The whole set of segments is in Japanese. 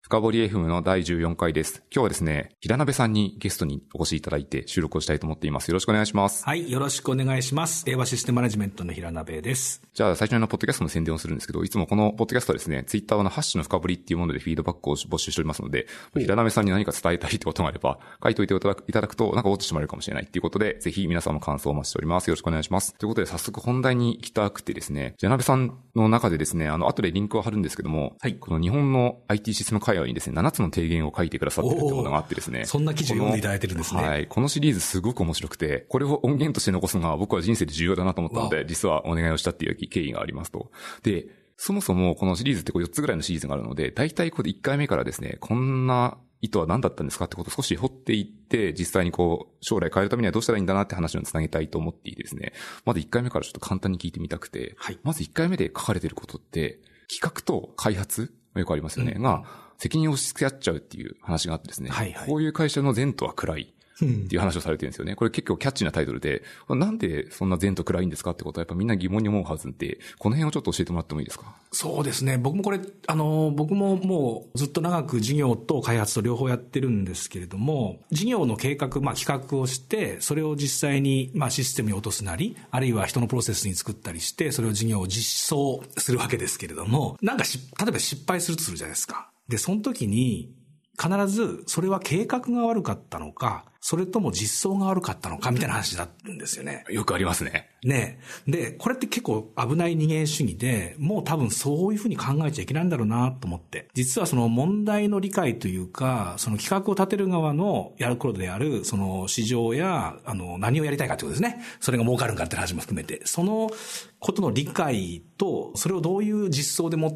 深掘り FM の第14回です。今日はですね、平鍋さんにゲストにお越しいただいて収録をしたいと思っています。よろしくお願いします。 はい、よろしくお願いします。令和システムマネジメントの平鍋です。 じゃあ最初にポッドキャストの宣伝をするんですけど、いつもこのポッドキャストはですね、ツイッターのハッシュの深掘りっていうものでフィードバックを募集しておりますので、平鍋さんに何か伝えたいってことがあれば、書いておいていただくと、なんか落ちてもらえるかもしれないっていうことで、ぜひ皆さんの感想をお待ちしております。よろしくお願いします。ということで早速本題に行きたくてですね、平鍋さんの中でですね、後でリンクを貼るんですけども、 はい、 この日本の IT システム界隈にですね、7つの提言を書いてくださってるってことがあってですね。 そんな記事を読んでいただいてるんですね。 はい。このシリーズすごく面白くて、これを音源として残すのが僕は人生で重要だなと思ったので、実はお願いをしたっていう経緯がありますと。で、そもそもこのシリーズって4つぐらいのシリーズがあるので、大体これ1回目からですね、こんな意図は何だったんですかってことを少し掘っていって、実際に将来変えるためにはどうしたらいいんだなって話をつなげたいと思っていてですね、まず1回目からちょっと簡単に聞いてみたくて、 はい、 まず1回目で書かれていることって、企画と開発よくありますよね、が、責任を押し付け合っちゃうっていう話があってですね、 はいはい、 こういう会社の前途は暗いっていう話をされてるんですよね。これ結構キャッチーなタイトルで、なんでそんな前途暗いんですかってことはやっぱみんな疑問に思うはずで、この辺をちょっと教えてもらってもいいですか？ そうですね。僕もこれ、僕ももうずっと長く事業と開発と両方やってるんですけれども、事業の計画、企画をして、それを実際にシステムに落とすなり、あるいは人のプロセスに作ったりして、それを事業を実装するわけですけれども、例えば失敗するとするじゃないですか。で、その時に、必ずそれは計画が悪かったのか、それとも実装が悪かったのかみたいな話になるんですよね。 よくありますね。 ね。で、これって結構危ない二元主義で、もう多分そういうふうに考えちゃいけないんだろうなと思って。実はその問題の理解というか、その企画を立てる側のやることである、その市場や、何をやりたいかってことですね。それが儲かるんかって話も含めて、そのことの理解と、それをどういう実装でもって、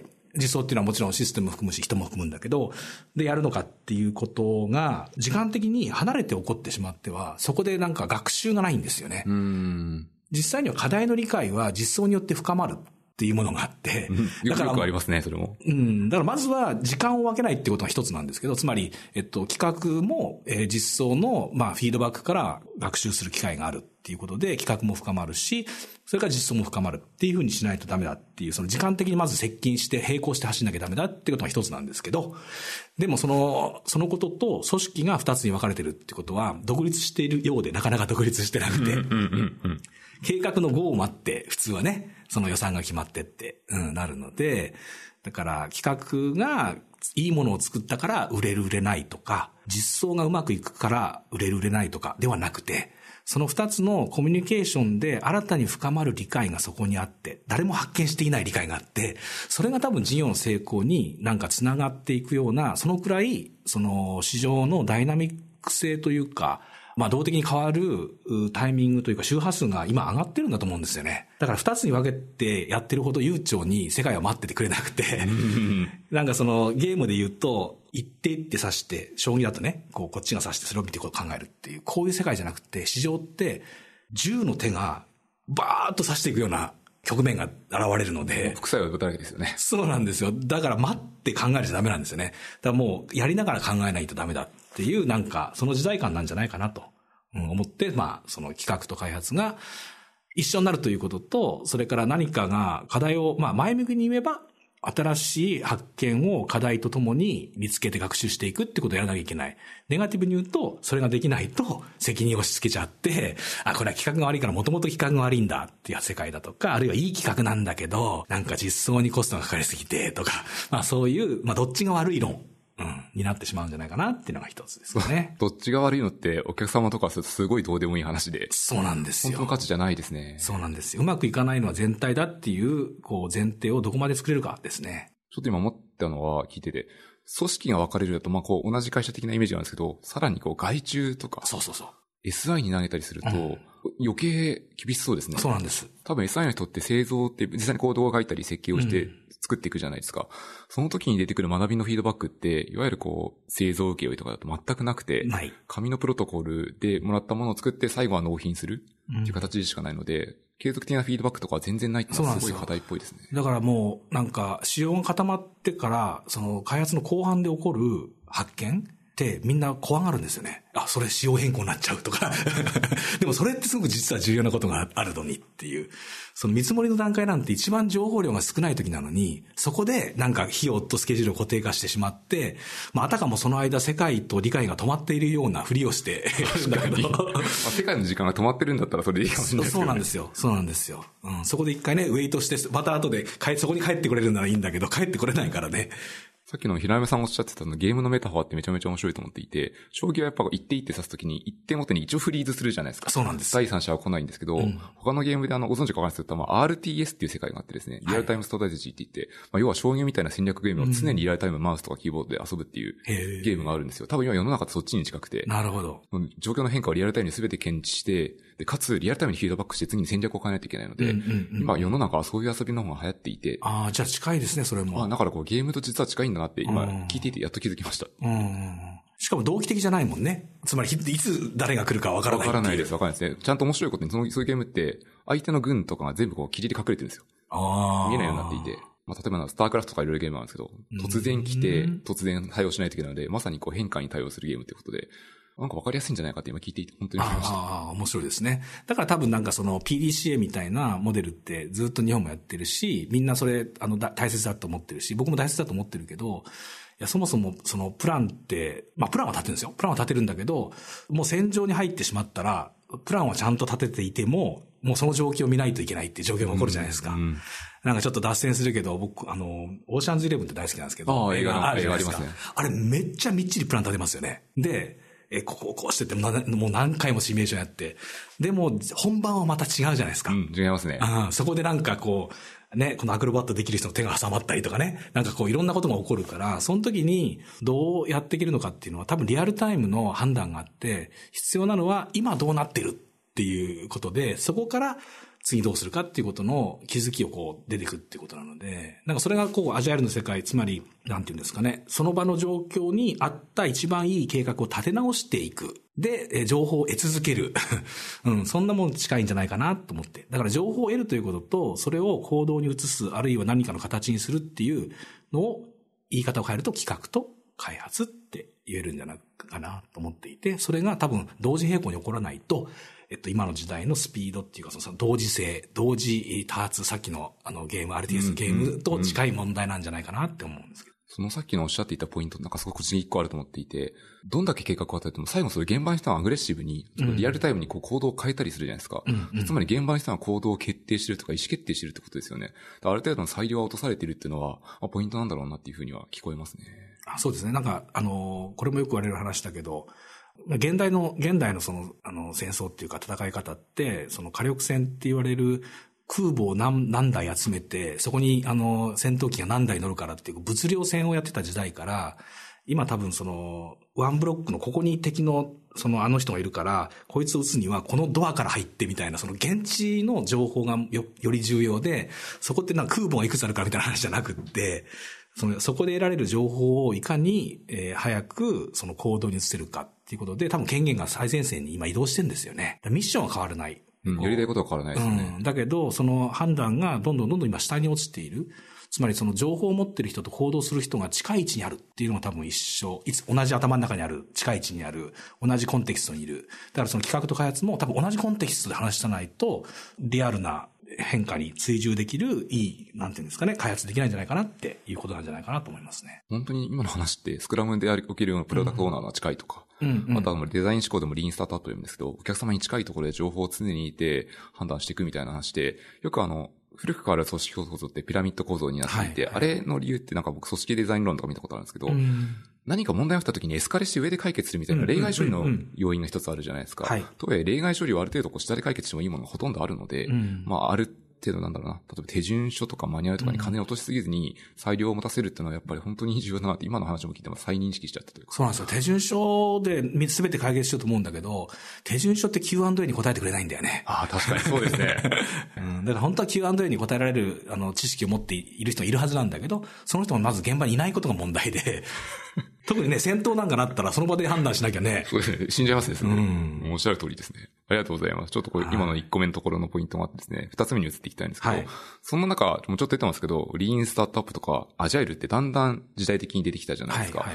実装っていうのはもちろんシステムも含むし人も含むんだけど、でやるのかっていうことが時間的に離れて起こってしまっては、そこでなんか学習がないんですよね。実際には課題の理解は実装によって深まるっていうものがあって。 よくありますね、それも。 だからまずは時間を分けないってことが一つなんですけど、つまり、企画も、実装の、フィードバックから学習する機会があるっていうことで、企画も深まるし、それから実装も深まるっていうふうにしないとダメだっていう、その時間的にまず接近して並行して走んなきゃダメだっていうことが一つなんですけど、でもそのことと組織が二つに分かれてるってことは、独立しているようでなかなか独立してなくて、計画のゴーを待って、普通はね、その予算が決まってって、なるので、だから企画がいいものを作ったから売れる売れないとか、実装がうまくいくから売れる売れないとかではなくて、その二つのコミュニケーションで新たに深まる理解がそこにあって、誰も発見していない理解があって、それが多分事業の成功になんかつながっていくような、そのくらい、その市場のダイナミック性というか、動的に変わるタイミングというか周波数が今上がってるんだと思うんですよね。だから二つに分けてやってるほど悠長に世界は待っててくれなくて、なんかそのゲームで言うと、一手一手指して、将棋だとね、こっちが指してそれを見て考えるっていう、こういう世界じゃなくて、市場って10の手がバーッと指していくような局面が現れるので。 副作用だらけですよね。 そうなんですよ。だから待って考えるとダメなんですよね。だからもうやりながら考えないとダメだっていう、なんかその時代感なんじゃないかなと思って、その企画と開発が一緒になるということと、それから何かが課題を、前向きに言えば、新しい発見を課題とともに見つけて学習していくってことをやらなきゃいけない。ネガティブに言うと、それができないと責任を押し付けちゃって、これは企画が悪いからもともと企画が悪いんだっていう世界だとか、あるいはいい企画なんだけど、なんか実装にコストがかかりすぎてとか、そういう、どっちが悪い論。になってしまうんじゃないかなっていうのが一つですよね。 どっちが悪いのってお客様とかするとすごいどうでもいい話で。 そうなんですよ。 本当の価値じゃないですね。 そうなんですよ。うまくいかないのは全体だっていう、前提をどこまで作れるかですね。 ちょっと今思ったのは聞いてて、組織が分かれるだと同じ会社的なイメージなんですけど、さらに外注とか。 そう。 SI に投げたりすると、余計厳しそうですね。 そうなんです。 多分 SI の人って製造って実際にコードを書いたり設計をして作っていくじゃないですか。その時に出てくる学びのフィードバックって、いわゆる製造請負とかだと全くなくて、紙のプロトコルでもらったものを作って最後は納品するっていう形でしかないので、継続的なフィードバックとかは全然ないってのはすごい課題っぽいですね。 だからもうなんか仕様が固まってから、その開発の後半で起こる発見っってみんな怖がるんですよね。あ、それ仕様変更になっちゃうとか。でもそれってすごく実は重要なことがあるのにっていう。その見積もりの段階なんて一番情報量が少ない時なのに、そこでなんか費用とスケジュールを固定化してしまって、まあ、あたかもその間世界と理解が止まっているようなふりをしてるんだけど。 まあ、世界の時間が止まってるんだったらそれでいいかもしれないですけど、ね。 そうなんですよ。そうなんですよ。そこで一回ね、ウェイトして、また後でそこに帰ってこれるならいいんだけど、帰ってこれないからね。 さっきの平山さんおっしゃってたのゲームのメタファーってめちゃめちゃ面白いと思っていて、将棋はやっぱ一手一手指すときに一手ごとに一応フリーズするじゃないですか。 そうなんです。 第三者は来ないんですけど、他のゲームでご存知かわからないですけど、まあ、RTS っていう世界があってですね、リアルタイムストラテジーって言って、まあ、要は将棋みたいな戦略ゲームを常にリアルタイムマウスとかキーボードで遊ぶっていうゲームがあるんですよ。多分今世の中ってそっちに近くて。 なるほど。 状況の変化をリアルタイムに全て検知して、で、かつリアルタイムにフィードバックして次に戦略を変えないといけないので、今世の中はそういう遊びの方が流行っていて。 ああ、じゃあ近いですね、それも。 まあ、だからこうゲームと実は近いんだなって今聞いていてやっと気づきました。 しかも同期的じゃないもんね。つまりいつ誰が来るかわからない。 わからないです、わからないですね。ちゃんと面白いことにそういうゲームって相手の軍とかが全部こう霧で隠れてるんですよ。見えないようになっていて。まあ、例えばスタークラフトとかいろいろゲームなんですけど、突然来て、突然対応しないといけないので、まさにこう変化に対応するゲームってことで、なんかわかりやすいんじゃないかって今聞いていて本当に思いました。 ああ、面白いですね。だから多分なんかその PDCA みたいなモデルってずっと日本もやってるし、みんなそれ大切だと思ってるし、僕も大切だと思ってるけど、いや、そもそもそのプランって、まあプランは立てるんですよ。プランは立てるんだけど、もう戦場に入ってしまったら、プランはちゃんと立てていても、もうその状況を見ないといけないっていう状況が起こるじゃないですか。なんかちょっと脱線するけど、僕、オーシャンズイレブンって大好きなんですけど。 映画ありますね。 あれめっちゃみっちりプラン立てますよね。で、こうしててもう何回もシミュレーションやって。でも、本番はまた違うじゃないですか。 違いますね。 そこでなんかこう、ね、このアクロバットできる人の手が挟まったりとかね。なんかこういろんなことが起こるから、その時にどうやっていけるのかっていうのは多分リアルタイムの判断があって、必要なのは今どうなってるっていうことで、そこから次どうするかっていうことの気づきをこう出てくっていうことなので、なんかそれがこうアジャイルの世界、つまりなんていうんですかね、その場の状況に合った一番いい計画を立て直していく。で、情報を得続ける。そんなもん近いんじゃないかなと思って。だから情報を得るということと、それを行動に移す、あるいは何かの形にするっていうのを、言い方を変えると企画と開発って言えるんじゃないかなと思っていて、それが多分同時並行に起こらないと、今の時代のスピードっていうか、その同時性、同時多発、さっきのゲーム、RTS のゲームと近い問題なんじゃないかなって思うんですけど。 そのさっきのおっしゃっていたポイント、なんかすごく一個あると思っていて、どんだけ計画を与えても最後それ現場の人はアグレッシブに、リアルタイムにこう行動を変えたりするじゃないですか。つまり現場の人は行動を決定してるとか意思決定してるってことですよね。ある程度の裁量が落とされているっていうのは、ポイントなんだろうなっていうふうには聞こえますね。 そうですね。なんか、これもよく言われる話だけど、現代のその、戦争っていうか戦い方って、その火力戦って言われる空母を何台集めて、そこに戦闘機が何台乗るからっていう物量戦をやってた時代から、今多分その、ワンブロックのここに敵のあの人がいるから、こいつを撃つにはこのドアから入ってみたいな、その現地の情報がより重要で、そこってなんか空母がいくつあるかみたいな話じゃなくって、そこで得られる情報をいかに、早くその行動に移せるかっていうことで、多分権限が最前線に今移動してるんですよね。ミッションは変わらない。 やりたいことは変わらないですよね。 だけど、その判断がどんどん今下に落ちている。つまりその情報を持っている人と行動する人が近い位置にあるっていうのが多分一緒。同じ頭の中にある、近い位置にある、同じコンテキストにいる。だからその企画と開発も多分同じコンテキストで話したないと、リアルな変化に追従できるいい、なんていうんですかね、開発できないんじゃないかなっていうことなんじゃないかなと思いますね。 本当に今の話ってスクラムで起きるようなプロダクトオーナーが近いとか、あとはデザイン思考でもリーンスタートアップというんですけど、お客様に近いところで情報を常にいて判断していくみたいな話で、よく古くからある組織構造ってピラミッド構造になっていて、あれの理由ってなんか僕組織デザイン論とか見たことあるんですけど、何か問題が起きた時にエスカレして上で解決するみたいな例外処理の要因が一つあるじゃないですか。とはいえ例外処理をある程度下で解決してもいいものがほとんどあるので、ある程度なんだろうな。例えば手順書とかマニュアルとかに金を落としすぎずに裁量を持たせるっていうのはやっぱり本当に重要だなって今の話も聞いても再認識しちゃったというか。 そうなんですよ。手順書で全て解決しようと思うんだけど、手順書って Q&A に答えてくれないんだよね。 確かにそうですね。 だから本当は Q&A に答えられる知識を持っている人がいるはずなんだけど、その人もまず現場にいないことが問題で、特にね、戦闘なんかなったらその場で判断しなきゃね。 そうですね。死んじゃいますね。おっしゃる通りですね。ありがとうございます。ちょっとこれ今の1個目のところのポイントがあってですね、2つ目に移っていきたいんですけど、そんな中、もうちょっと出てますけど、リーンスタートアップとかアジャイルってだんだん時代的に出てきたじゃないですか。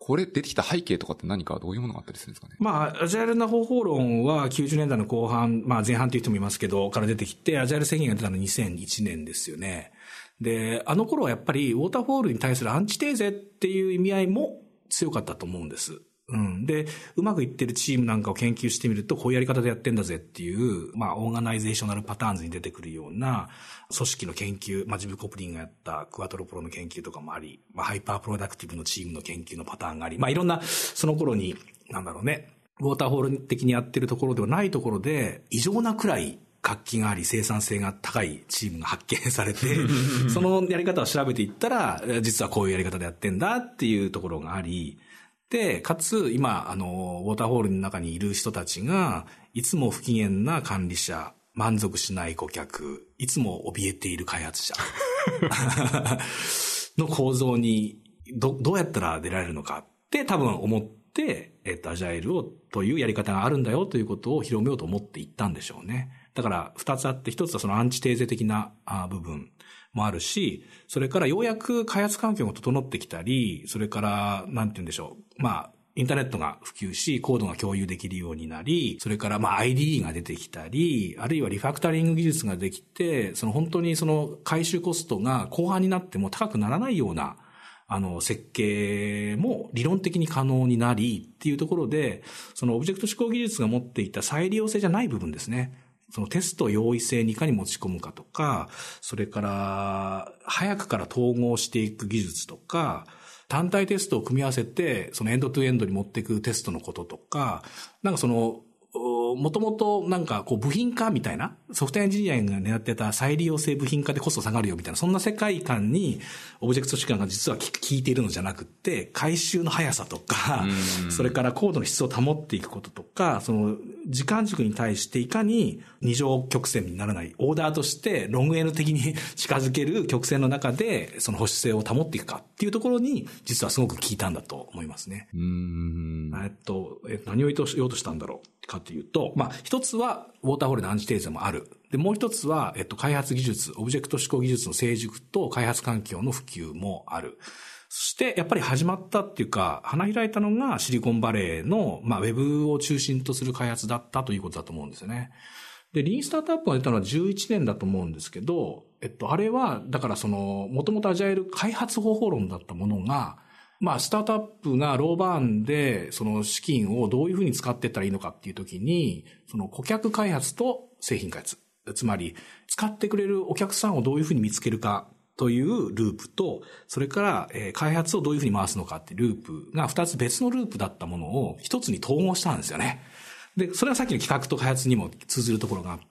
これ出てきた背景とかって何かどういうものがあったりするんですかね。 アジャイルな方法論は90年代の後半、前半という人もいますけど、から出てきて、アジャイル宣言が出たの2001年ですよね。で、あの頃はやっぱりウォーターフォールに対するアンチテーゼっていう意味合いも強かったと思うんです。で、うまくいってるチームなんかを研究してみると、こういうやり方でやってんだぜっていう、オーガナイゼーショナルパターンズに出てくるような組織の研究、ジム・コプリンがやったクワトロプロの研究とかもあり、ハイパープロダクティブのチームの研究のパターンがあり、いろんな、その頃に、ウォーターフォール的にやってるところではないところで、異常なくらい活気があり生産性が高いチームが発見されて、そのやり方を調べていったら、実はこういうやり方でやってんだっていうところがあり、で、かつ、今、ウォーターフォールの中にいる人たちが、いつも不機嫌な管理者、満足しない顧客、いつも怯えている開発者の構造にどうやったら出られるのかって多分思って、アジャイルをというやり方があるんだよということを広めようと思っていったんでしょうね。だから二つあって、一つはそのアンチテーゼ的な部分もあるし、それからようやく開発環境が整ってきたり、それからなんて言うんでしょう。インターネットが普及し、コードが共有できるようになり、それからIDE が出てきたり、あるいはリファクタリング技術ができて、本当に回収コストが後半になっても高くならないような、設計も理論的に可能になりっていうところで、オブジェクト指向技術が持っていた再利用性じゃない部分ですね。テスト容易性にいかに持ち込むかとか、それから早くから統合していく技術とか、単体テストを組み合わせて、エンドトゥエンドに持っていくテストのこととか、もともと部品化みたいな、ソフトウェアエンジニアリングが狙ってた再利用性部品化でコスト下がるよみたいな、そんな世界観にオブジェクト指向が実は効いているのじゃなくって、回収の速さとか、それからコードの質を保っていくこととか、時間軸に対していかに二乗曲線にならない、オーダーとしてロング N 的に近づける曲線の中で、保守性を保っていくかっていうところに、実はすごく効いたんだと思いますね。何を言おうとしたんだろうかというと、一つはウォーターフォールのアンチテーゼもある。で、もう一つは、開発技術、オブジェクト指向技術の成熟と開発環境の普及もある。そして、やっぱり始まったっていうか、花開いたのがシリコンバレーの、ウェブを中心とする開発だったということだと思うんですよね。で、リーンスタートアップが出たのは11年だと思うんですけど、あれは、だからもともとアジャイル開発方法論だったものが、スタートアップがローバーンで、資金をどういうふうに使っていったらいいのかっていうときに、顧客開発と製品開発。つまり、使ってくれるお客さんをどういうふうに見つけるかというループと、それから、開発をどういうふうに回すのかっていうループが2つ別のループだったものを1つに統合したんですよね。で、それはさっきの企画と開発にも通ずるところがあって、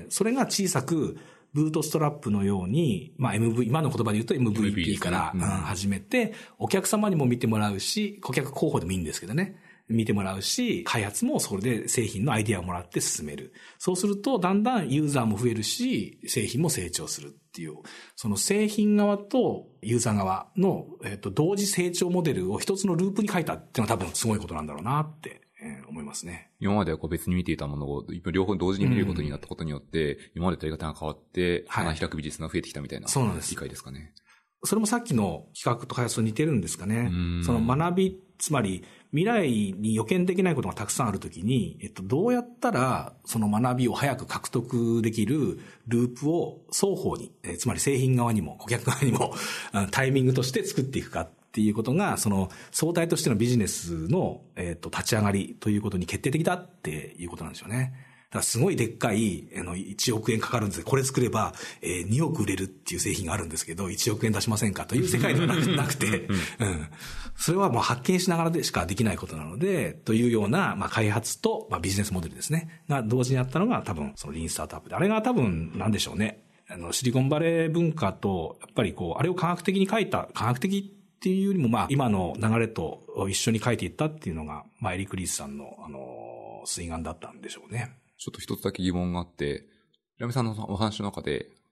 それが小さく、ブートストラップのように、今の言葉で言うと MVP から、始めて、お客様にも見てもらうし、顧客候補でもいいんですけどね。見てもらうし、開発もそれで製品のアイディアをもらって進める。そうすると、だんだんユーザーも増えるし、製品も成長するっていう、製品側とユーザー側の、同時成長モデルを一つのループに書いたっていうのは多分すごいことなんだろうなって。思いますね。 今までは別に見ていたものを両方同時に見れることになったことによって、今までとやり方が変わって、花開く美術が増えてきたみたいな理解ですかね。 それもさっきの企画と開発と似てるんですかね。学び、つまり未来に予見できないことがたくさんあるときに、どうやったらその学びを早く獲得できるループを双方に、つまり製品側にも顧客側にもタイミングとして作っていくか。っていうことが、相対としてのビジネスの、立ち上がりということに決定的だっていうことなんですよね。だからすごいでっかい、1億円かかるんですこれ作れば、2億売れるっていう製品があるんですけど、1億円出しませんかという世界ではなくて、それはもう発見しながらでしかできないことなので、というような、開発と、ビジネスモデルですね。が同時にあったのが多分、リーンスタートアップで。あれが多分、なんでしょうね。シリコンバレー文化と、やっぱりあれを科学的に書いた、科学的っていうよりも今の流れと一緒に書いていったっていうのがエリック・リースさんの推願だったんでしょうね。 ちょっと一つだけ疑問があって、平見さんのお話の中で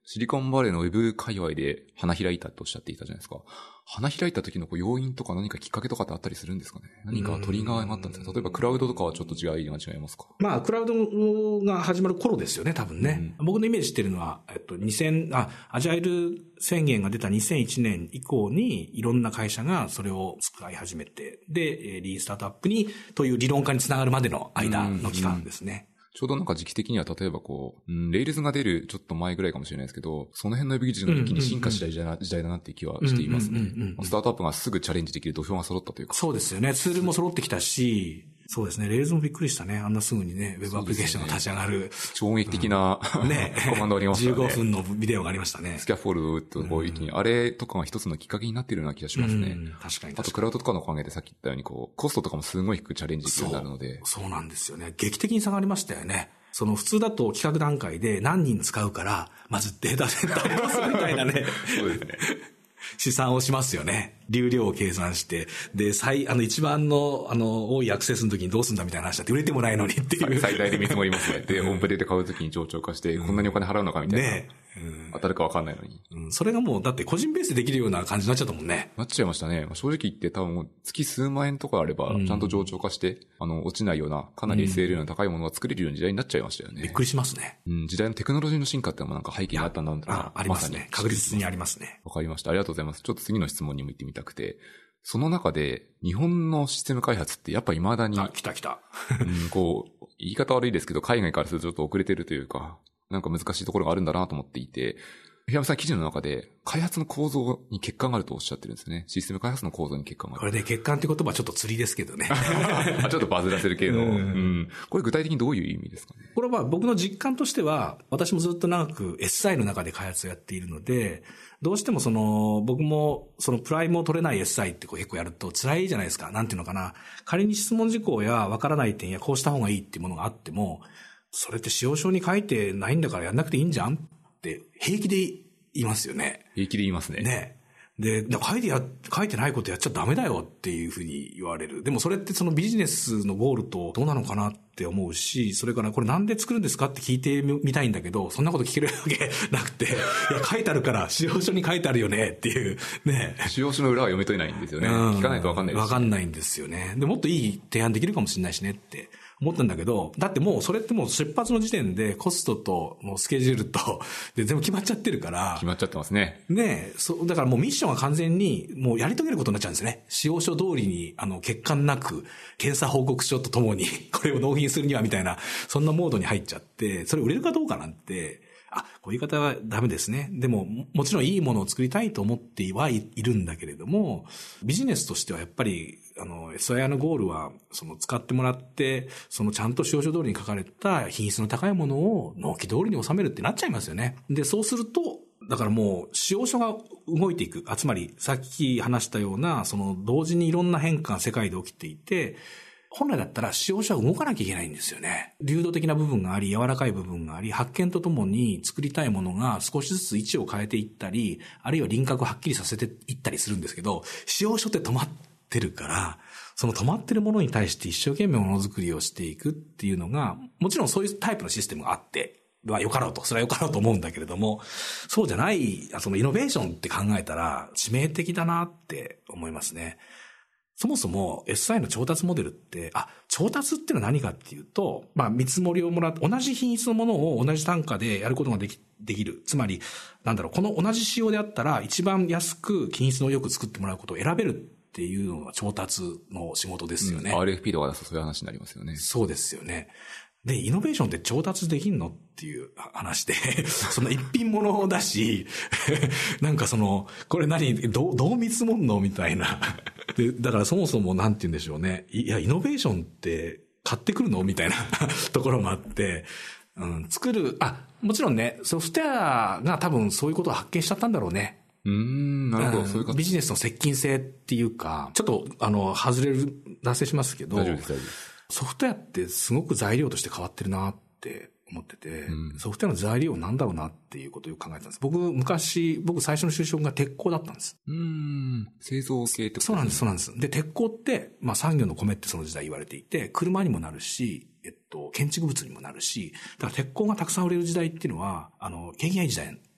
シリコンバレーのウェブ界隈で花開いたとおっしゃっていたじゃないですか。花開いた時の要因とか何かきっかけとかってあったりするんですかね。何かトリガーがあったんですか。例えばクラウドとかはちょっと違いが違いますか。 まあ、クラウドが始まる頃ですよね、多分ね。僕のイメージしてるのは、アジャイル宣言が出た2001年以降に、いろんな会社がそれを使い始めて、で、リーンスタートアップに、という理論化につながるまでの間の期間ですね。 ちょうどなんか時期的には例えばレイルズが出るちょっと前ぐらいかもしれないですけど、その辺の予備技術が一気に進化した時代だなっていう気はしていますね。スタートアップがすぐチャレンジできる土俵が揃ったというか。 そうですよね。ツールも揃ってきたし、そうですね。レイルズもびっくりしたね。あんなすぐにね、ウェブアプリケーションが立ち上がる。 衝撃的な、 ね、 コマンドありましたね。 15分のビデオがありましたね。 スキャフォルドと一気に、あれとかが一つのきっかけになっているような気がしますね。 確かに。 あとクラウドとかのおかげでさっき言ったようにコストとかもすごい低くチャレンジできるようになるので。 そうなんですよね。劇的に下がりましたよね。普通だと企画段階で何人使うから、まずデータセンターをすみたいなね。 そうですね。 試算をしますよね。流量を計算して。で、一番の、多いアクセスの時にどうすんだみたいな話だって売れてもないのにっていう。 最大で見積もりますね。で、オンプレで買う時に上長化して、こんなにお金払うのかみたいな。ね。当たるか分かんないのに。 それがもう、だって個人ベースでできるような感じになっちゃったもんね。 なっちゃいましたね。正直言って多分月数万円とかあれば、ちゃんと上長化して、落ちないような、かなり SLA の高いものが作れるような時代になっちゃいましたよね。 びっくりしますね。 時代のテクノロジーの進化ってのもなんか背景にあったんだろうな。 ありますね。確実にありますね。 わかりました。ありがとうございます。ちょっと次の質問にも行ってみたくて、その中で日本のシステム開発ってやっぱ未だに、 来た。 言い方悪いですけど、海外からするとちょっと遅れてるというか、なんか難しいところがあるんだなと思っていて、平山さん記事の中で開発の構造に欠陥があるとおっしゃってるんですね。システム開発の構造に欠陥がある。 これね、欠陥って言葉はちょっと釣りですけどね。 ちょっとバズらせるけど、これ具体的にどういう意味ですかね。 これは僕の実感としては、私もずっと長く SI の中で開発をやっているので、どうしても僕もプライムを取れない SI って結構やると辛いじゃないですか。なんていうのかな。仮に質問事項やわからない点やこうした方がいいっていうものがあっても、それって使用書に書いてないんだからやんなくていいんじゃんって平気で言いますよね。 平気で言いますね。 ね。で、書いてないことやっちゃダメだよっていうふうに言われる。でもそれってビジネスのゴールとどうなのかなって思うし、それからこれなんで作るんですかって聞いてみたいんだけど、そんなこと聞けるわけなくて、いや書いてあるから使用書に書いてあるよねっていうね。 使用書の裏は読み取れないんですよね。聞かないとわかんないです。 わかんないんですよね。で、もっといい提案できるかもしれないしねって思ったんだけど、だってもうそれってもう出発の時点でコストともうスケジュールとで全部決まっちゃってるから。 決まっちゃってますね。 ねえ、だからもうミッションは完全にもうやり遂げることになっちゃうんですね。使用書通りに欠陥なく検査報告書とともにこれを納品するにはみたいなそんなモードに入っちゃって、それ売れるかどうかなんて。こういう言い方はダメですね。でも、もちろんいいものを作りたいと思ってはいるんだけれども、ビジネスとしてはやっぱり、SIR のゴールは、使ってもらって、ちゃんと使用書通りに書かれた品質の高いものを納期通りに収めるってなっちゃいますよね。で、そうすると、だからもう、使用書が動いていく。つまり、さっき話したような、同時にいろんな変化が世界で起きていて、本来だったら使用書は動かなきゃいけないんですよね。流動的な部分があり、柔らかい部分があり、発見とともに作りたいものが少しずつ位置を変えていったり、あるいは輪郭をはっきりさせていったりするんですけど、使用書って止まってるから、その止まってるものに対して一生懸命ものづくりをしていくっていうのが、もちろんそういうタイプのシステムがあって、よかろうと、それはよかろうと思うんだけれども、そうじゃない、イノベーションって考えたら致命的だなって思いますね。そもそも SI の調達モデルって、調達っていうのは何かっていうと、見積もりをもらって、同じ品質のものを同じ単価でやることができる。つまり、この同じ仕様であったら、一番安く品質のよく作ってもらうことを選べるっていうのが調達の仕事ですよね。 RFP とかだとそういう話になりますよね。 そうですよね。で、イノベーションって調達できんのっていう話で、そんな一品物だし、これどう見積もんのみたいな。で、だからそもそもなんて言うんでしょうね。イノベーションって買ってくるのみたいなところもあって、もちろんね、ソフトウェアが多分そういうことを発見しちゃったんだろうね。 なるほど、そういうこと。 ビジネスの接近性っていうか、ちょっと、脱線しますけど、 大丈夫です。 ソフトウェアってすごく材料として変わってるなって思ってて、ソフトウェアの材料なんだろうなっていうことをよく考えてたんです。僕最初の就職が鉄鋼だったんです。 製造系ってことですね。 そうなんです。で、鉄鋼って、産業の米ってその時代言われていて、車にもなるし、建築物にもなるし、だから鉄鋼がたくさん売れる時代っていうのは、景気がいい時代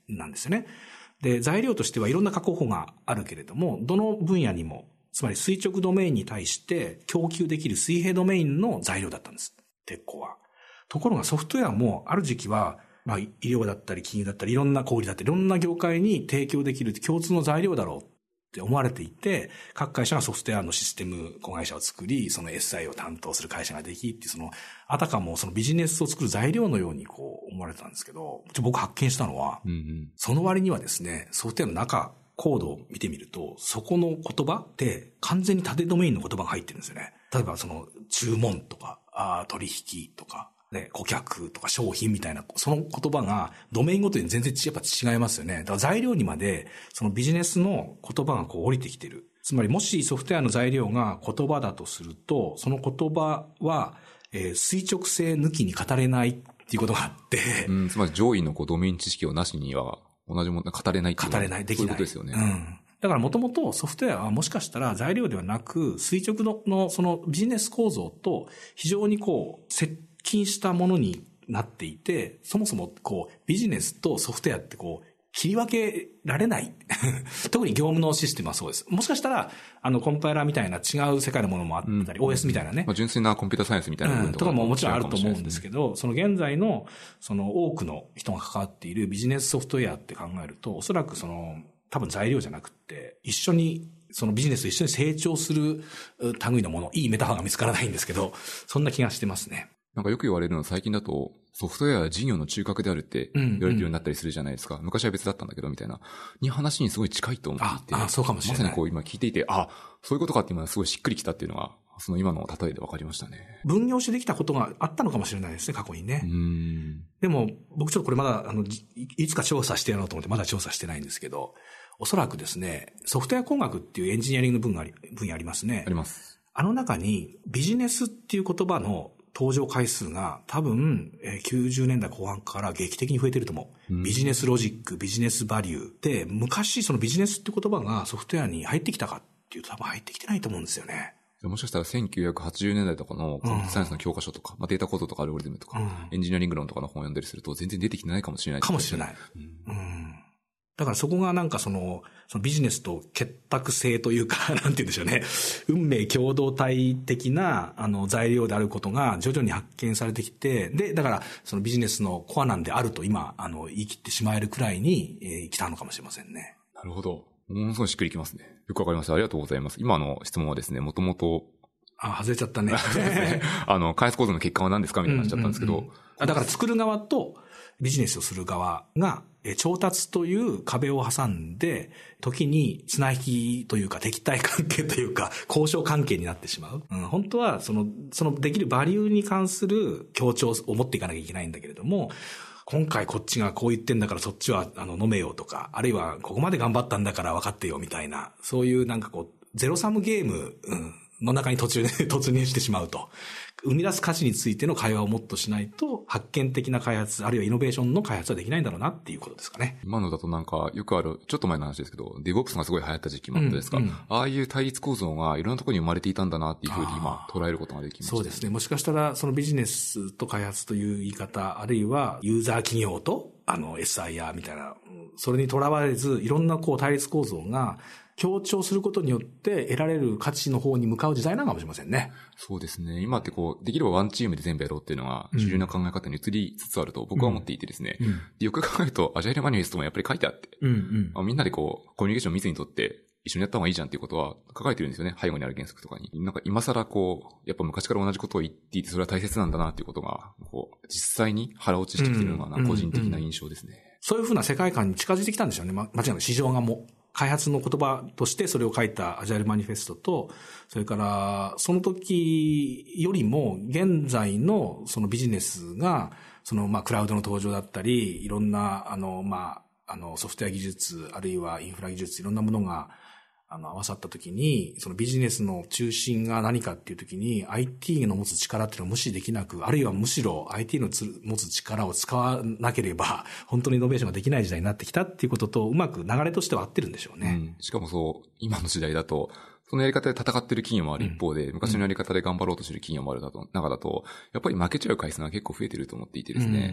なんですよね。で、材料としてはいろんな加工法があるけれども、どの分野にも、つまり垂直ドメインに対して供給できる水平ドメインの材料だったんです。鉄鋼は。ところがソフトウェアもある時期は、医療だったり金融だったりいろんな小売だったりいろんな業界に提供できる共通の材料だろうって思われていて、各会社がソフトウェアのシステム子会社を作り、その SI を担当する会社ができっていう、あたかもそのビジネスを作る材料のように思われてたんですけど、僕発見したのは、その割にはですね、ソフトウェアの中、コードを見てみると、そこの言葉って完全に縦ドメインの言葉が入ってるんですよね。例えば注文とか、取引とか、ね、顧客とか商品みたいな、その言葉がドメインごとに全然やっぱ違いますよね。だから材料にまで、そのビジネスの言葉が降りてきてる。つまりもしソフトウェアの材料が言葉だとすると、その言葉は、垂直性抜きに語れないっていうことがあって。 つまり上位のドメイン知識をなしには同じもの語れないっていう。 語れない、できない。 そういうことですよね。 だからもともとソフトウェアはもしかしたら材料ではなく、垂直のそのビジネス構造と非常に接近したものになっていて、そもそもビジネスとソフトウェアって切り分けられない。特に業務のシステムはそうです。もしかしたら、コンパイラーみたいな違う世界のものもあったり、OS みたいなね。 純粋なコンピュータサイエンスみたいな部分とかももちろんあると思うんですけど、その現在の、多くの人が関わっているビジネスソフトウェアって考えると、おそらく多分材料じゃなくって、一緒に、そのビジネスと一緒に成長する類のもの、いいメタファーが見つからないんですけど、そんな気がしてますね。 なんかよく言われるのは最近だとソフトウェアは事業の中核であるって言われてるようになったりするじゃないですか。昔は別だったんだけどみたいな。話にすごい近いと思っていて。 そうかもしれない。 まさに今聞いていて、そういうことかって今すごいしっくりきたっていうのが、その今の例えで分かりましたね。 分業してできたことがあったのかもしれないですね、過去にね。でも僕ちょっとこれまだいつか調査してやろうと思ってまだ調査してないんですけど、おそらくですね、ソフトウェア工学っていうエンジニアリングの分野ありますね。 あります。 あの中にビジネスっていう言葉の登場回数が多分90年代後半から劇的に増えてると思う。ビジネスロジック、ビジネスバリューで、昔そのビジネスって言葉がソフトウェアに入ってきたかっていうと多分入ってきてないと思うんですよね。 もしかしたら1980年代とかのコンピュータサイエンスの教科書とか、データ構造とかアルゴリズムとか、エンジニアリング論とかの本を読んだりすると全然出てきてないかもしれない。 かもしれない。だからそこがなんかそのビジネスと結託性というか、なんて言うんでしょうね。運命共同体的な、材料であることが徐々に発見されてきて、で、だからそのビジネスのコアなんであると今、言い切ってしまえるくらいに、来たのかもしれませんね。 なるほど。ものすごいしっくりきますね。よくわかりました。ありがとうございます。今の質問はですね、もともと、 外れちゃったね。 開発構造の結果は何ですかみたいになっちゃったんですけど。 だから作る側とビジネスをする側が、調達という壁を挟んで、時に綱引きというか敵対関係というか交渉関係になってしまう。本当はそのできるバリューに関する協調を持っていかなきゃいけないんだけれども、今回こっちがこう言ってんだからそっちは飲めよとか、あるいはここまで頑張ったんだから分かってよみたいな、そういうなんかゼロサムゲーム、の中に突入してしまうと。生み出す価値についての会話をもっとしないと、発見的な開発、あるいはイノベーションの開発はできないんだろうなっていうことですかね。 今のだとなんか、よくある、ちょっと前の話ですけど、DevOps がすごい流行った時期もあったですか、ああいう対立構造がいろんなところに生まれていたんだなっていうふうに今、捉えることができました、 そうですね。もしかしたら、そのビジネスと開発という言い方、あるいはユーザー企業と、SIR みたいな、それにとらわれず、いろんな対立構造が、強調することによって得られる価値の方に向かう時代なのかもしれませんね。 そうですね。今ってできればワンチームで全部やろうっていうのが主流な考え方に移りつつあると僕は思っていてですね。よく考えるとアジャイルマニフェストもやっぱり書いてあって、みんなでコミュニケーションを密にとって一緒にやった方がいいじゃんっていうことは書かれてるんですよね。背後にある原則とかに。なんか今更やっぱ昔から同じことを言っていてそれは大切なんだなっていうことが、実際に腹落ちしてきてるのが個人的な印象ですね。 そういうふうな世界観に近づいてきたんでしょうね。間違いない。市場が開発の言葉としてそれを書いたアジャイルマニフェストと、それからその時よりも現在のそのビジネスが、クラウドの登場だったり、いろんなソフトウェア技術、あるいはインフラ技術、いろんなものが合わさった時に、そのビジネスの中心が何かっていう時に IT の持つ力っていうのを無視できなく、あるいはむしろ IT の持つ力を使わなければ本当にイノベーションができない時代になってきたっていうこととうまく流れとしては合ってるんでしょうね。 しかも今の時代だと、そのやり方で戦ってる企業もある一方で、昔のやり方で頑張ろうとしてる企業もある中だと、やっぱり負けちゃう回数が結構増えてると思っていてですね。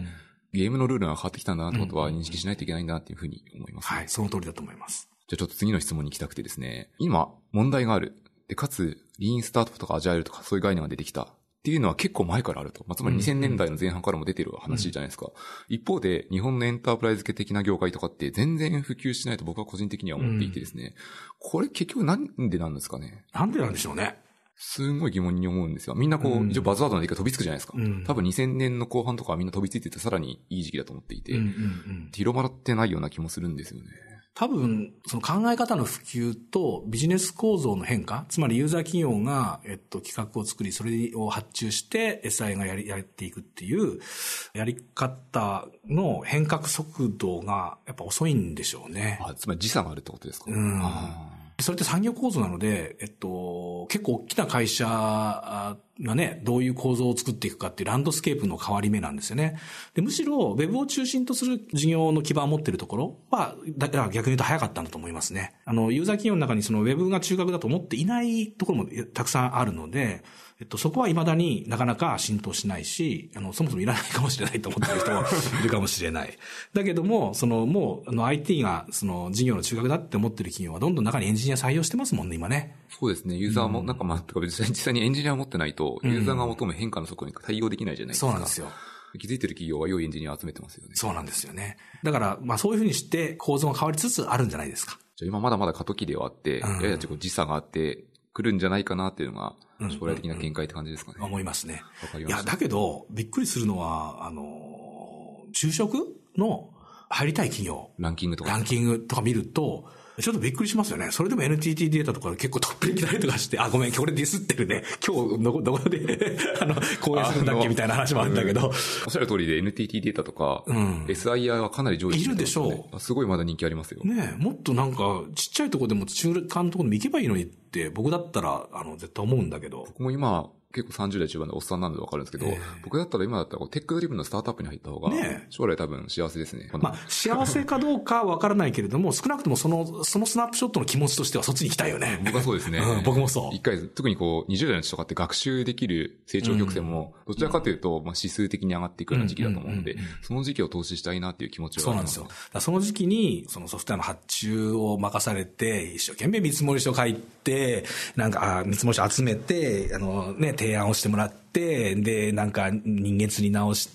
ゲームのルールが変わってきたんだなってことは認識しないといけないんだなっていうふうに思います、 はい、その通りだと思います。 じゃあちょっと次の質問に行きたくてですね、今問題がある。で、かつ、リーンスタートとかアジャイルとかそういう概念が出てきた。っていうのは結構前からあると。つまり2000年代の前半からも出てる話じゃないですか。一方で、日本のエンタープライズ系的な業界とかって全然普及しないと僕は個人的には思っていてですね。これ結局なんでなんですかね。 なんでなんでしょうね。 すごい疑問に思うんですよ。みんな一応バズワードの言い方飛びつくじゃないですか。多分2000年の後半とかはみんな飛びついててさらにいい時期だと思っていて、広まってないような気もするんですよね。 多分、その考え方の普及とビジネス構造の変化、つまりユーザー企業が、企画を作り、それを発注して SI がやっていくっていうやり方の変革速度がやっぱ遅いんでしょうね。 つまり時差があるってことですか？ それって産業構造なので、結構大きな会社がね、どういう構造を作っていくかっていうランドスケープの変わり目なんですよね。で、むしろ、ウェブを中心とする事業の基盤を持っているところは、だから逆に言うと早かったんだと思いますね。ユーザー企業の中にそのウェブが中核だと思っていないところもたくさんあるので、そこは未だになかなか浸透しないし、そもそもいらないかもしれないと思っている人もいるかもしれない。だけども、もう、IT が、事業の中核だって思っている企業はどんどん中にエンジニア採用してますもんね、今ね。 そうですね。ユーザーも、実際にエンジニアを持ってないと、ユーザーが求め変化の速度に対応できないじゃないですか。 そうなんですよ。 気づいてる企業は良いエンジニアを集めてますよね。 そうなんですよね。だから、そういうふうにして構造が変わりつつあるんじゃないですか。 じゃあ今まだまだ過渡期ではあって、やや時差があって、来るんじゃないかなっていうのが、将来的な見解って感じですかね。 思いますね。 わかりました。 いや、だけど、びっくりするのは、就職の入りたい企業。 ランキングとか見ると、ちょっとびっくりしますよね。それでも NTT データとか結構トップに来たりとかして、ごめん、これディスってるね。今日どこで、講演するんだっけみたいな話もあるんだけど。 おっしゃる通りで NTT データとか、SIR はかなり上位してる、ね。いるでしょう。すごいまだ人気ありますよ。 ねえ、もっとちっちゃいところでも中間のところに行けばいいのにって、僕だったら、絶対思うんだけど。 僕も今、結構30代中盤でおっさんなのでわかるんですけど、僕だったら今だったらテックドリブンのスタートアップに入った方が、将来多分幸せですね。 幸せかどうかわからないけれども、少なくともそのスナップショットの気持ちとしてはそっちに行きたいよね。 僕はそうですね。 僕もそう。 一回、特に20代の人とかって学習できる成長曲線も、どちらかというと、指数的に上がっていくような時期だと思うので、その時期を投資したいなっていう気持ちはあります。 そうなんですよ。その時期に、ソフトウェアの発注を任されて、一生懸命見積もり書書いて、見積もり書集めて、提案をしてもらって、で、人間釣り直して、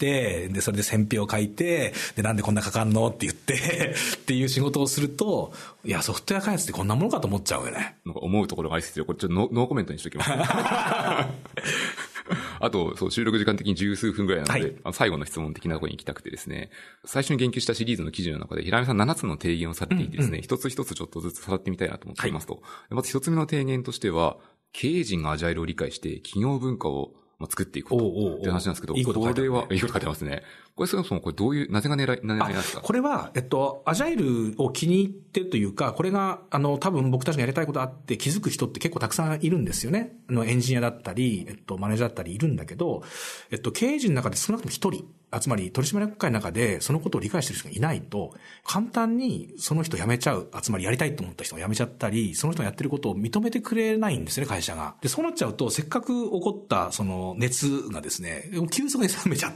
で、それで選評を書いて、で、なんでこんなかかんのって言って、っていう仕事をすると、いや、ソフトウェア開発ってこんなものかと思っちゃうよね。 思うところがありますよ。これちょっとノーコメントにしときます。あと、収録時間的に十数分ぐらいなので、最後の質問的なところに行きたくてですね、最初に言及したシリーズの記事の中で、平見さん7つの提言をされていてですね、一つ一つちょっとずつさらってみたいなと思っていますと。まず一つ目の提言としては、経営陣がアジャイルを理解して、企業文化を作っていくことって話なんですけど、 いいこと書いてあるね。 いいこと書いてますね。これそもそもどういう、なぜが狙いなんですか？ これは、アジャイルを気に入ってるというか、これが、多分僕たちがやりたいことあって気づく人って結構たくさんいるんですよね。エンジニアだったり、マネージャーだったりいるんだけど、経営陣の中で少なくとも一人、つまり取締役会の中でそのことを理解している人がいないと、簡単にその人辞めちゃう、つまりやりたいと思った人が辞めちゃったり、その人がやってることを認めてくれないんですよね、会社が。で、そうなっちゃうと、せっかく起こったその熱がですね、急速に冷めちゃって、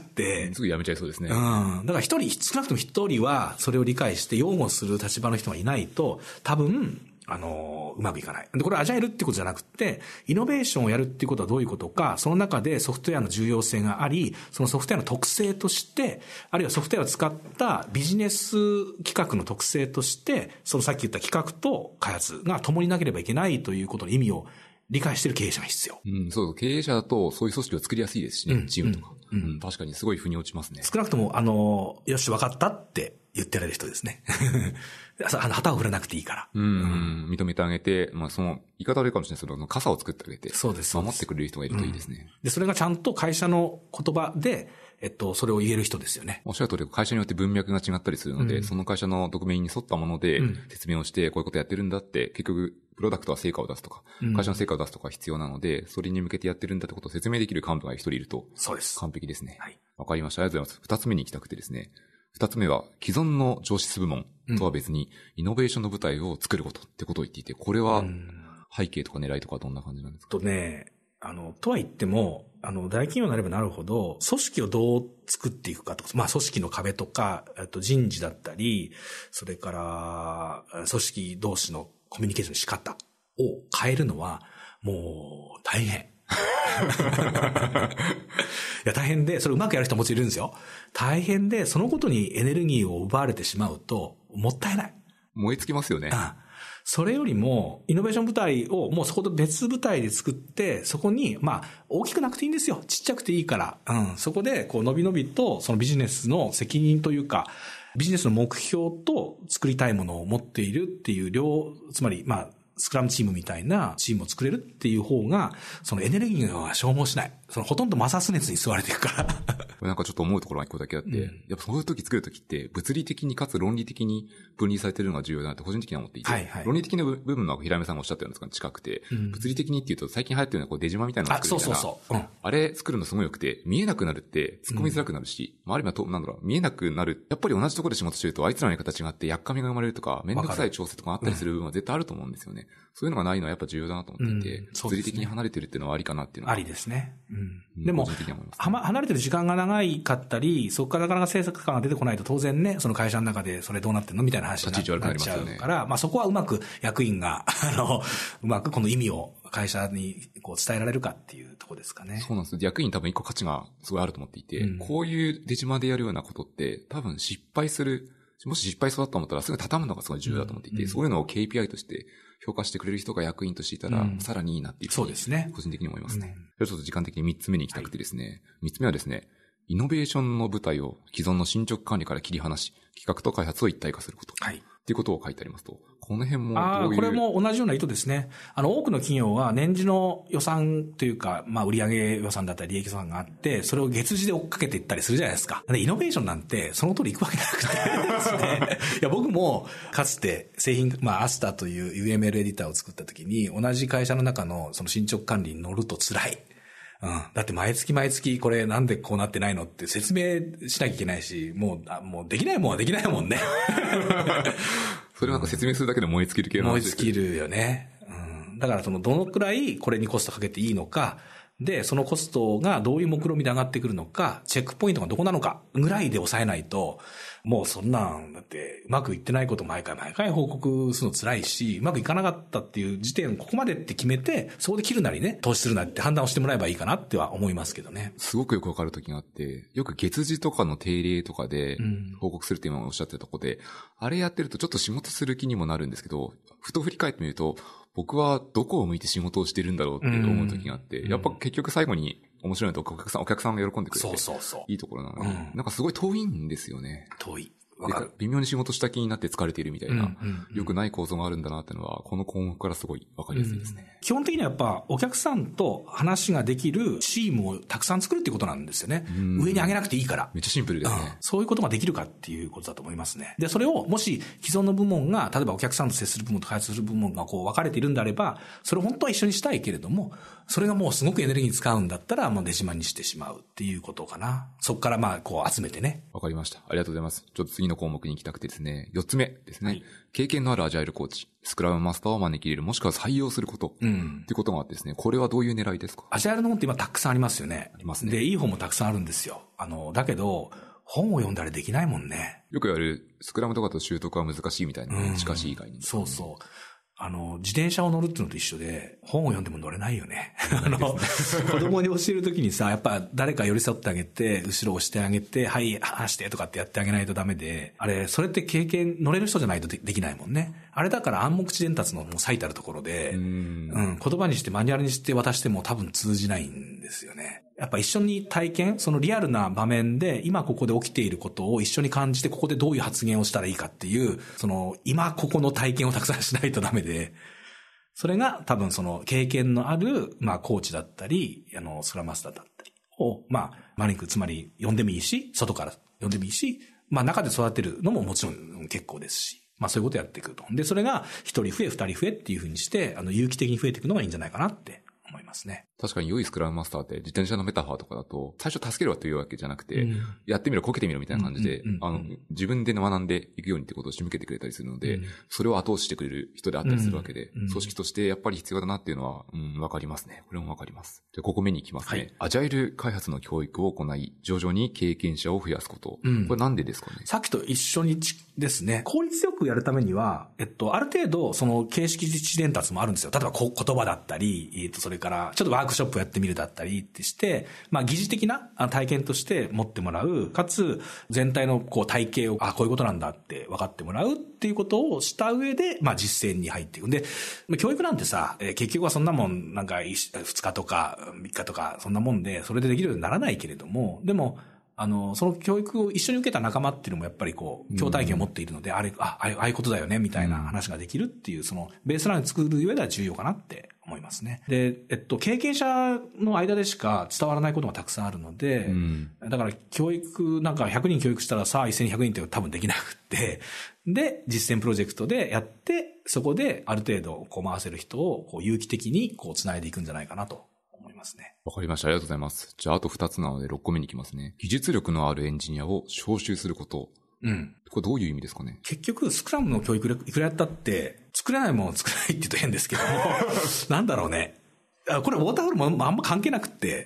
すぐ辞めちゃいそうですね。 だから少なくとも一人はそれを理解して擁護する立場の人がいないと、多分、うまくいかない。で、これアジャイルってことじゃなくて、イノベーションをやるっていうことはどういうことか、その中でソフトウェアの重要性があり、そのソフトウェアの特性として、あるいはソフトウェアを使ったビジネス企画の特性として、そのさっき言った企画と開発が共になければいけないということの意味を理解している経営者が必要。 そう、経営者だとそういう組織を作りやすいですしね、チームとか。確かにすごい腑に落ちますね。 少なくとも、よし、分かったって言ってられる人ですね。旗を振らなくていいから。 認めてあげて、その、言い方悪いかもしれないですけど、傘を作ってあげて、 そうです。 守ってくれる人がいるといいですね。 で、それがちゃんと会社の言葉で、それを言える人ですよね。 おっしゃる通り、会社によって文脈が違ったりするので、その会社のドメインに沿ったもので説明をして、こういうことやってるんだって、結局、プロダクトは成果を出すとか、会社の成果を出すとか必要なので、それに向けてやってるんだってことを説明できる幹部が一人いると、 そうです。 完璧ですね。 はい。 わかりました。ありがとうございます。二つ目に行きたくてですね。二つ目は、既存の上質部門とは別に、イノベーションの舞台を作ることってことを言っていて、これは、背景とか狙いとかどんな感じなんですか？ とは言っても、 大企業になればなるほど、組織をどう作っていくかとか、まあ、組織の壁とか、人事だったり、それから、組織同士のコミュニケーションの仕方を変えるのは、もう、大変。いや、大変で、それうまくやる人ももちろんいるんですよ。大変で、そのことにエネルギーを奪われてしまうと、もったいない。 燃え尽きますよね。 それよりも、イノベーション部隊をもうそこと別部隊で作って、そこに、まあ、大きくなくていいんですよ。ちっちゃくていいから。そこで、こう、のびのびと、そのビジネスの責任というか、ビジネスの目標と作りたいものを持っているっていうつまり、まあ、スクラムチームみたいなチームを作れるっていう方が、そのエネルギーが消耗しない。ほとんど摩擦熱に吸われていくから。 なんかちょっと思うところが一個だけあって、やっぱそういう時作る時って物理的にかつ論理的に分離されてるのが重要だなって個人的には思っていて、論理的な部分の平目さんがおっしゃったようなのが近くて、物理的にっていうと最近流行ってるのはこう出島みたいなのを作るみたいな。あれ作るのすごい良くて、見えなくなるって突っ込みづらくなるし、あるいは見えなくなる。やっぱり同じところで仕事してるとあいつらのやり方違ってやっかみが生まれるとか、めんどくさい調整とかあったりする部分は絶対あると思うんですよね。そういうのがないのはやっぱ重要だなと思っていて、物理的に離れてるっていうのはありかなっていうのは。 ありですね。でも、離れてる時間が長いかったり、そこからなかなか制作感が出てこないと当然ね、その会社の中でそれどうなってんのみたいな話になっちゃうから、まあそこはうまく役員が、うまくこの意味を会社にこう伝えられるかっていうところですかね。 そうなんです。役員多分一個価値がすごいあると思っていて、こういう出島でやるようなことって多分失敗する、もし失敗そうだと思ったらすぐ畳むのがすごい重要だと思っていて、そういうのを KPI として評価してくれる人が役員としていたら、さらにいいなっていう。 そうですね。 個人的に思いますね。ちょっと時間的に3つ目に行きたくてですね、3つ目はですね、イノベーションの舞台を既存の進捗管理から切り離し、企画と開発を一体化すること。っていうことを書いてありますと、この辺もどういう。 これも同じような意図ですね。多くの企業は年次の予算というか、まあ、売上予算だったり利益予算があって、それを月次で追っかけていったりするじゃないですか。で、イノベーションなんて、その通り行くわけなくてですね。いや、僕も、かつて製品、まあ、アスタという UML エディターを作った時に、同じ会社の中のその進捗管理に乗ると辛い。だって毎月これなんでこうなってないのって説明しなきゃいけないし、もうできないもんはできないもんね。 それなんか説明するだけで燃え尽きる系の話です。 燃え尽きるよね。だからどのくらいこれにコストかけていいのか、で、そのコストがどういう目論見で上がってくるのか、チェックポイントがどこなのかぐらいで抑えないと、もうそんなんだってうまくいってないこと毎回報告するの辛いし、うまくいかなかったっていう時点ここまでって決めて、そこで切るなりね、投資するなりって判断をしてもらえばいいかなっては思いますけどね。 すごくよくわかる時があって、よく月次とかの定例とかで報告するって今おっしゃってたとこで、あれやってるとちょっと仕事する気にもなるんですけど、ふと振り返ってみると、僕はどこを向いて仕事をしてるんだろうって思う時があって、やっぱ結局最後に面白いのとお客さんが喜んでくれて、いいところなので、なんかすごい遠いんですよね。 遠い。 微妙に仕事した気になって疲れているみたいな、良くない構造があるんだなっていうのは、この項目からすごいわかりやすいですね。 基本的にはやっぱお客さんと話ができるチームをたくさん作るっていうことなんですよね。上に上げなくていいから。 めっちゃシンプルですね。 そういうことができるかっていうことだと思いますね。で、それをもし既存の部門が、例えばお客さんと接する部門と開発する部門がこう分かれているんであれば、それを本当は一緒にしたいけれども、それがもうすごくエネルギー使うんだったら、もう出島にしてしまうっていうことかな。そこからまあこう集めてね。 わかりました。ありがとうございます。ちょっと次の項目に行きたくてですね、4つ目ですね。経験のあるアジャイルコーチ、スクラムマスターを招き入れる、もしくは採用すること。っていうことがあってですね、これはどういう狙いですか？ アジャイルの本って今たくさんありますよね。 ありますね。 で、いい本もたくさんあるんですよ。だけど、本を読んだらできないもんね。 よく言われる、スクラムとかと習得は難しいみたいな、ね、近しい以外に、ね。 そうそう。自転車を乗るっていうのと一緒で、本を読んでも乗れないよね。子供に教えるときにさ、やっぱ誰か寄り添ってあげて、後ろ押してあげて、はい、話してとかってやってあげないとダメで、それって経験、乗れる人じゃないとできないもんね。あれだから暗黙知伝達のもう最たるところで、言葉にしてマニュアルにして渡しても多分通じないんですよね。やっぱ一緒に体験、そのリアルな場面で今ここで起きていることを一緒に感じてここでどういう発言をしたらいいかっていう、その今ここの体験をたくさんしないとダメで、それが多分その経験のある、まあコーチだったり、スクラムマスターだったりを、まあマニック、つまり呼んでもいいし、外から呼んでもいいし、まあ中で育てるのももちろん結構ですし、まあそういうことやっていくと。で、それが一人増え二人増えっていう風にして、有機的に増えていくのがいいんじゃないかなって思いますね。 確かに良いスクラムマスターって自転車のメタファーとかだと、最初助けるわというわけじゃなくて、やってみろ、こけてみろみたいな感じで、自分で学んでいくようにってことを仕向けてくれたりするので、それを後押ししてくれる人であったりするわけで、組織としてやっぱり必要だなっていうのは、わかりますね。これもわかります。で、ここ目に行きますね。はい、アジャイル開発の教育を行い、徐々に経験者を増やすこと。これなんでですかね。 さっきと一緒にですね、効率よくやるためには、ある程度、その形式実地伝達もあるんですよ。例えば言葉だったり、それから、ちょっとワークショップやってみるだったりってして、疑似的な体験として持ってもらう、かつ、全体の体系を、こういうことなんだって分かってもらうっていうことをした上で、実践に入っていく。で、教育なんてさ、結局はそんなもん、なんか2日とか3日とか、そんなもんで、それでできるようにならないけれども、でも、その教育を一緒に受けた仲間っていうのもやっぱり共体験を持っているので、ああいうことだよね、みたいな話ができるっていう、そのベースラインを作る上では重要かなって思いますね。で、経験者の間でしか伝わらないことがたくさんあるので、だから教育、なんか100人教育したらさあ一斉に100人って多分できなくって、で、実践プロジェクトでやって、そこである程度回せる人を有機的に繋いでいくんじゃないかなと。 わかりました。ありがとうございます。じゃあ、あと2つなので6個目に行きますね。技術力のあるエンジニアを招集すること。これどういう意味ですかね。 結局、スクラムの教育いくらやったって、作れないものを作れないって言うと変ですけども、なんだろうね。これ、ウォーターフールもあんま関係なくって、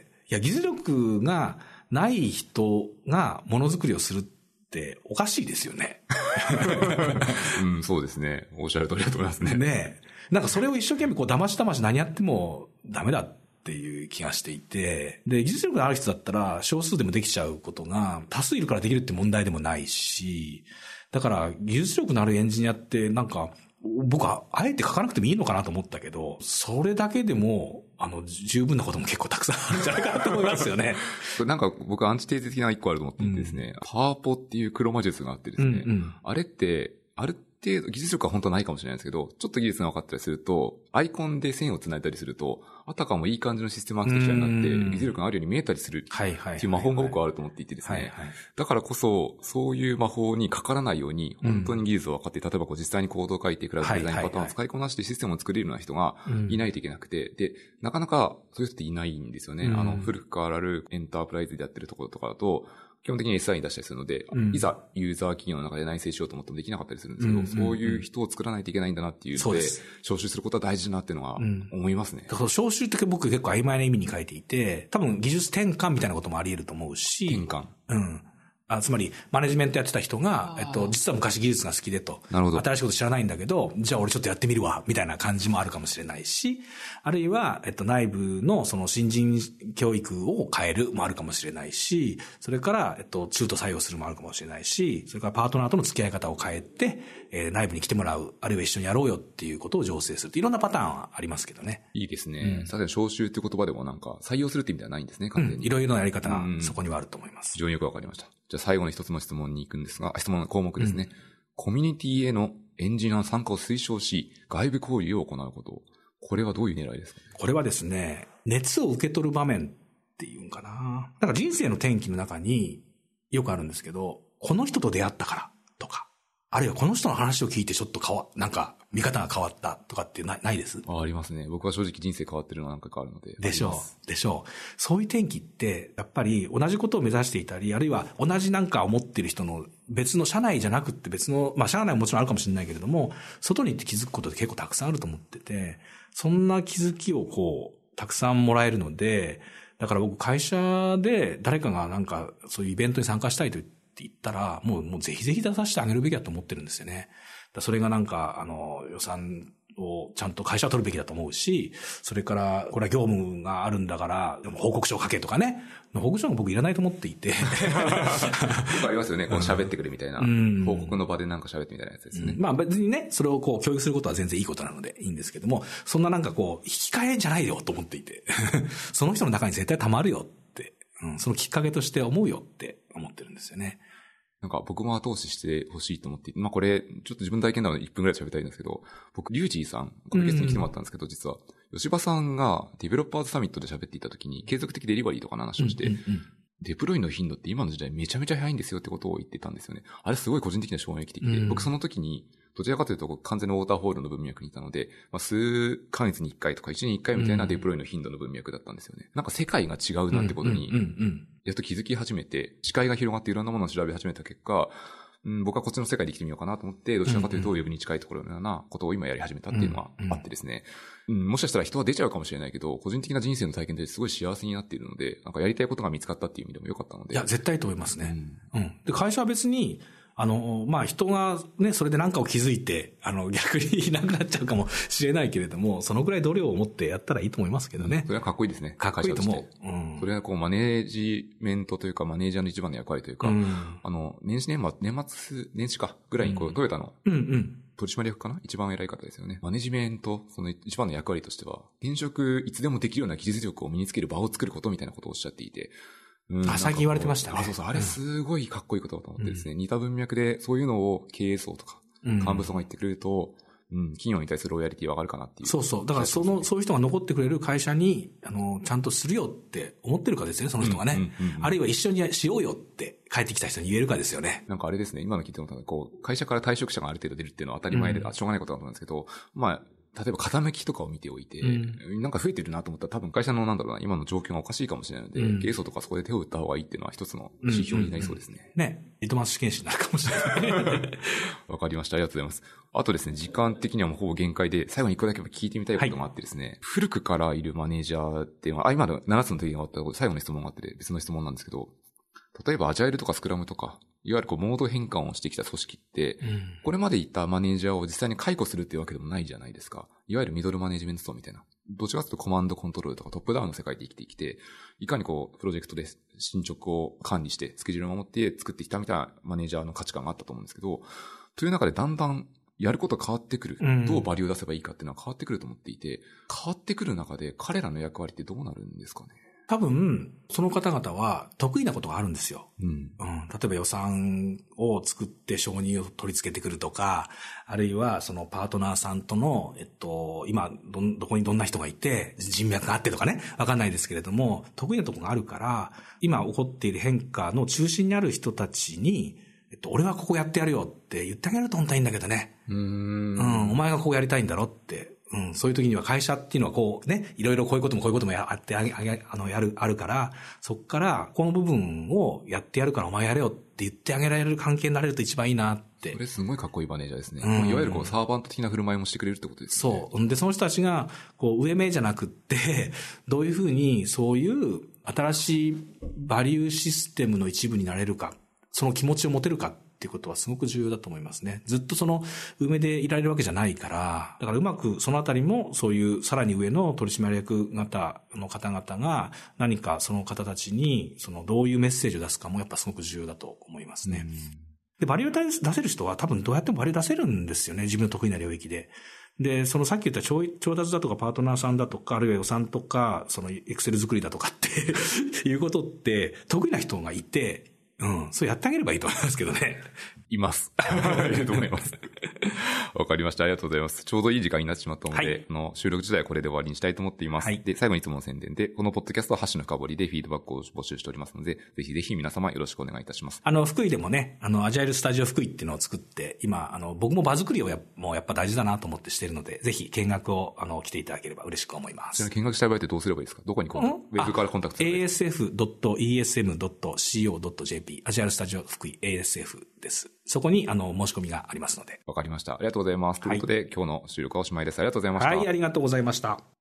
技術力がない人がものづくりをするっておかしいですよね。 そうですね。おっしゃる通りだと思いますね。 ねえ。なんかそれを一生懸命騙し何やってもダメだっていう気がしていて、で、技術力のある人だったら少数でもできちゃうことが多数いるからできるって問題でもないし、だから技術力のあるエンジニアってなんか僕はあえて書かなくてもいいのかなと思ったけど、それだけでも十分なことも結構たくさんあるんじゃないかなと思いますよね。 なんか僕アンチテーゼ的な一個あると思っていてですね、パワポっていう黒魔術があってですね、あれってある程度技術力は本当はないかもしれないですけど、ちょっと技術が分かったりすると、アイコンで線を繋いだりすると、あたかもいい感じのシステムアーキテクチャになって、技術力があるように見えたりするっていう魔法が僕はあると思っていてですね。だからこそ、そういう魔法にかからないように、本当に技術を分かって、例えば実際にコードを書いて、クラウドデザインパターンを使いこなしてシステムを作れるような人がいないといけなくて、で、なかなかそういう人っていないんですよね。古くからあるエンタープライズでやってるところとかだと、基本的に SI に出したりするので、いざユーザー企業の中で内製しようと思ってもできなかったりするんですけど、そういう人を作らないといけないんだなっていうので、招集することは大事だなっていうのは思いますね。 だから招集って僕結構曖昧な意味に書いていて、多分技術転換みたいなこともあり得ると思うし。 転換。 つまり、マネジメントやってた人が、実は昔技術が好きでと。 なるほど。 新しいこと知らないんだけど、じゃあ俺ちょっとやってみるわ、みたいな感じもあるかもしれないし、あるいは、内部のその新人教育を変えるもあるかもしれないし、それから、中途採用するもあるかもしれないし、それからパートナーとの付き合い方を変えて、内部に来てもらう、あるいは一緒にやろうよっていうことを醸成するいろんなパターンはありますけどね。 いいですね。さて、招集っていう言葉でもなんか、採用するって意味ではないんですね、完全に。 いろいろなやり方がそこにはあると思います。 非常によくわかりました。じゃあ最後の一つの質問に行くんですが、質問の項目ですね。コミュニティへのエンジニアの参加を推奨し、外部交流を行うこと。これはどういう狙いですかね。 これはですね、熱を受け取る場面っていうんかな。なんか人生の転機の中によくあるんですけど、この人と出会ったからとか、あるいはこの人の話を聞いてちょっとなんか見方が変わったとかってないです？ ありますね。僕は正直人生変わってるのは何回かあるので。 でしょう。そういう転機って、やっぱり同じことを目指していたり、あるいは同じなんかを持っている人の別の社内じゃなくって別の、社内ももちろんあるかもしれないけれども、外に行って気づくことって結構たくさんあると思ってて、そんな気づきをたくさんもらえるので、だから僕会社で誰かがなんかそういうイベントに参加したいと言ったら、もうぜひぜひ出させてあげるべきだと思ってるんですよね。それがなんか、予算をちゃんと会社は取るべきだと思うし、それから、これは業務があるんだから、でも報告書を書けとかね。報告書が僕いらないと思っていて。よくありますよね。喋ってくれみたいな。報告の場でなんか喋ってみたいなやつですね。 別にね、それを教育することは全然いいことなのでいいんですけども、そんななんか引き換えじゃないよと思っていて。その人の中に絶対溜まるよって、そのきっかけとして思うよって思ってるんですよね。 なんか僕も後押ししてほしいと思っていて、これ、ちょっと自分体験なので1分くらい喋りたいんですけど、僕、リュウジーさん、ゲストに来てもらったんですけど、実は、吉場さんがディベロッパーズサミットで喋っていた時に、継続的デリバリーとかの話をして、デプロイの頻度って今の時代めちゃめちゃ早いんですよってことを言ってたんですよね。あれすごい個人的な衝撃的で、僕その時に、 どちらかというと完全にウォーターフォールの文脈にいたので、数ヶ月に1回とか1年に1回みたいなデプロイの頻度の文脈だったんですよね。なんか世界が違うなってことに、やっと気づき始めて、視界が広がっていろんなものを調べ始めた結果、僕はこっちの世界で生きてみようかなと思って、どちらかというとウェブに近いところのようなことを今やり始めたっていうのはあってですね。もしかしたら人は出ちゃうかもしれないけど、個人的な人生の体験ですごい幸せになっているので、なんかやりたいことが見つかったっていう意味でも良かったので。 いや、絶対と思いますね。で、会社は別に、人がね、それで何かを気づいて、逆にいなくなっちゃうかもしれないけれども、そのぐらい度量を持ってやったらいいと思いますけどね。 それはかっこいいですね。 かっこいいと思う。 それはマネージメントというか、マネージャーの一番の役割というか、年始か、ぐらいにトヨタの、取締役かな一番偉い方ですよね。マネジメント、その一番の役割としては、転職いつでもできるような技術力を身につける場を作ることみたいなことをおっしゃっていて、 最近言われてましたね。 そう。あれすごいかっこいいことだと思ってですね、似た文脈でそういうのを経営層とか、幹部層が言ってくれると、企業に対するロイヤリティは上がるかなっていう。 そう。だからそういう人が残ってくれる会社に、ちゃんとするよって思ってるかですよね、その人がね。あるいは一緒にしようよって帰ってきた人に言えるかですよね。 なんかあれですね、今の聞いても会社から退職者がある程度出るっていうのは当たり前で、しょうがないことだと思うんですけど、例えば傾きとかを見ておいて、なんか増えてるなと思ったら多分会社の今の状況がおかしいかもしれないので、経営層とかそこで手を打った方がいいっていうのは一つの指標になりそうですね。 リトマス試験紙になるかもしれない。 わかりました。ありがとうございます。あとですね、時間的にはもうほぼ限界で、最後に一個だけ聞いてみたいことがあってですね、古くからいるマネージャーっていうのは、今の7つの時が終わった最後の質問があって別の質問なんですけど、例えばアジャイルとかスクラムとか、いわゆるモード変換をしてきた組織って、これまでいたマネージャーを実際に解雇するっていうわけでもないじゃないですか。いわゆるミドルマネジメント層みたいな。どっちかというとコマンドコントロールとかトップダウンの世界で生きてきて、いかにプロジェクトで進捗を管理して、スケジュールを守って作ってきたみたいなマネージャーの価値観があったと思うんですけど、という中でだんだんやること変わってくる。どうバリュー出せばいいかっていうのは変わってくると思っていて、変わってくる中で彼らの役割ってどうなるんですかね。 多分、その方々は得意なことがあるんですよ。例えば予算を作って承認を取り付けてくるとか、あるいはそのパートナーさんとの、今どこにどんな人がいて、人脈があってとかね、わかんないですけれども、得意なところがあるから、今起こっている変化の中心にある人たちに、俺はここやってやるよって言ってあげると本当はいいんだけどね。お前がここやりたいんだろって。そういう時には会社っていうのはいろいろこういうこともやってあるから、そっからこの部分をやってやるからお前やれよって言ってあげられる関係になれると一番いいなって。 それすごいかっこいいマネージャーですね。いわゆるサーバント的な振る舞いもしてくれるってことですね。 そう。で、その人たちが、上目じゃなくって、どういうふうにそういう新しいバリューシステムの一部になれるか、その気持ちを持てるかっていうことはすごく重要だと思いますね。ずっと上でいられるわけじゃないから、だからうまくそのあたりもそういうさらに上の取締役方の方々が何かその方たちにどういうメッセージを出すかもやっぱすごく重要だと思いますね。で、バリュー出せる人は多分どうやってもバリュー出せるんですよね。自分の得意な領域で。で、さっき言った調達だとかパートナーさんだとか、あるいは予算とか、エクセル作りだとかっていうことって得意な人がいて、そうやってあげればいいと思いますけどね。 います。ありがとうございます。わかりました。ありがとうございます。ちょうどいい時間になってしまったので、収録自体はこれで終わりにしたいと思っています。で、最後にいつもの宣伝で、このポッドキャストはハッシュの深掘りでフィードバックを募集しておりますので、ぜひぜひ皆様よろしくお願いいたします。 福井でもね、アジャイルスタジオ福井っていうのを作って、今、僕も場作りをもうやっぱ大事だなと思ってしているので、ぜひ見学を、来ていただければ嬉しく思います。 見学したい場合ってどうすればいいですか？どこにウェブからコンタクトすればいいですか？ asf.esm.co.jp、アジャイルスタジオ福井 ASF です。そこに、申し込みがありますので。 わかりました。ありがとうございます。ということで、今日の収録はおしまいです。ありがとうございました。 はい、ありがとうございました。